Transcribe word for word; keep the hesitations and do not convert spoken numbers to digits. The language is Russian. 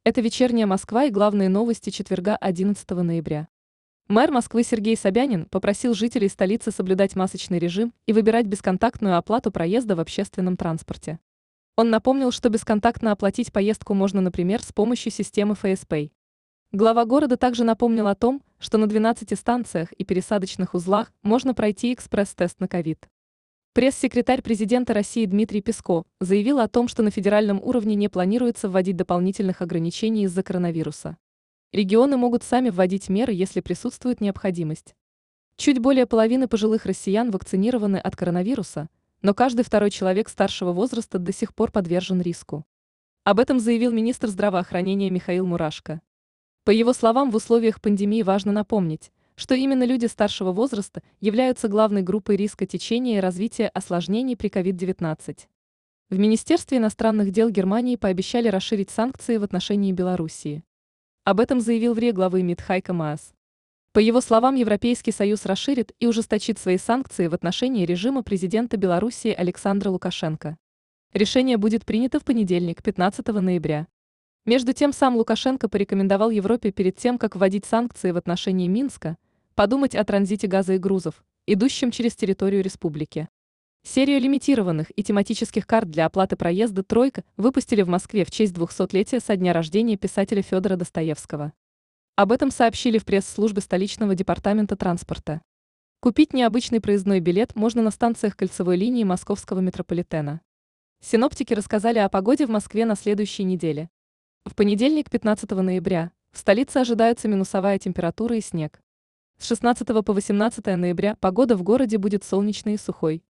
Это «Вечерняя Москва» и главные новости четверга одиннадцатого ноября. Мэр Москвы Сергей Собянин попросил жителей столицы соблюдать масочный режим и выбирать бесконтактную оплату проезда в общественном транспорте. Он напомнил, что бесконтактно оплатить поездку можно, например, с помощью системы ФСПэй. Глава города также напомнил о том, что на двенадцати станциях и пересадочных узлах можно пройти экспресс-тест на ковид. Пресс-секретарь президента России Дмитрий Песков заявил о том, что на федеральном уровне не планируется вводить дополнительных ограничений из-за коронавируса. Регионы могут сами вводить меры, если присутствует необходимость. Чуть более половины пожилых россиян вакцинированы от коронавируса, но каждый второй человек старшего возраста до сих пор подвержен риску. Об этом заявил министр здравоохранения Михаил Мурашко. По его словам, в условиях пандемии важно напомнить, что именно люди старшего возраста являются главной группой риска течения и развития осложнений при ковид девятнадцать. В Министерстве иностранных дел Германии пообещали расширить санкции в отношении Белоруссии. Об этом заявил в РИА главы МИД Хайко Маас. По его словам, Европейский Союз расширит и ужесточит свои санкции в отношении режима президента Белоруссии Александра Лукашенко. Решение будет принято в понедельник, пятнадцатого ноября. Между тем, сам Лукашенко порекомендовал Европе перед тем, как вводить санкции в отношении Минска, подумать о транзите газа и грузов, идущем через территорию республики. Серию лимитированных и тематических карт для оплаты проезда «Тройка» выпустили в Москве в честь двухсотлетия со дня рождения писателя Федора Достоевского. Об этом сообщили в пресс-службе столичного департамента транспорта. Купить необычный проездной билет можно на станциях кольцевой линии московского метрополитена. Синоптики рассказали о погоде в Москве на следующей неделе. В понедельник, пятнадцатого ноября, в столице ожидаются минусовая температура и снег. С шестнадцатого по восемнадцатое ноября погода в городе будет солнечной и сухой.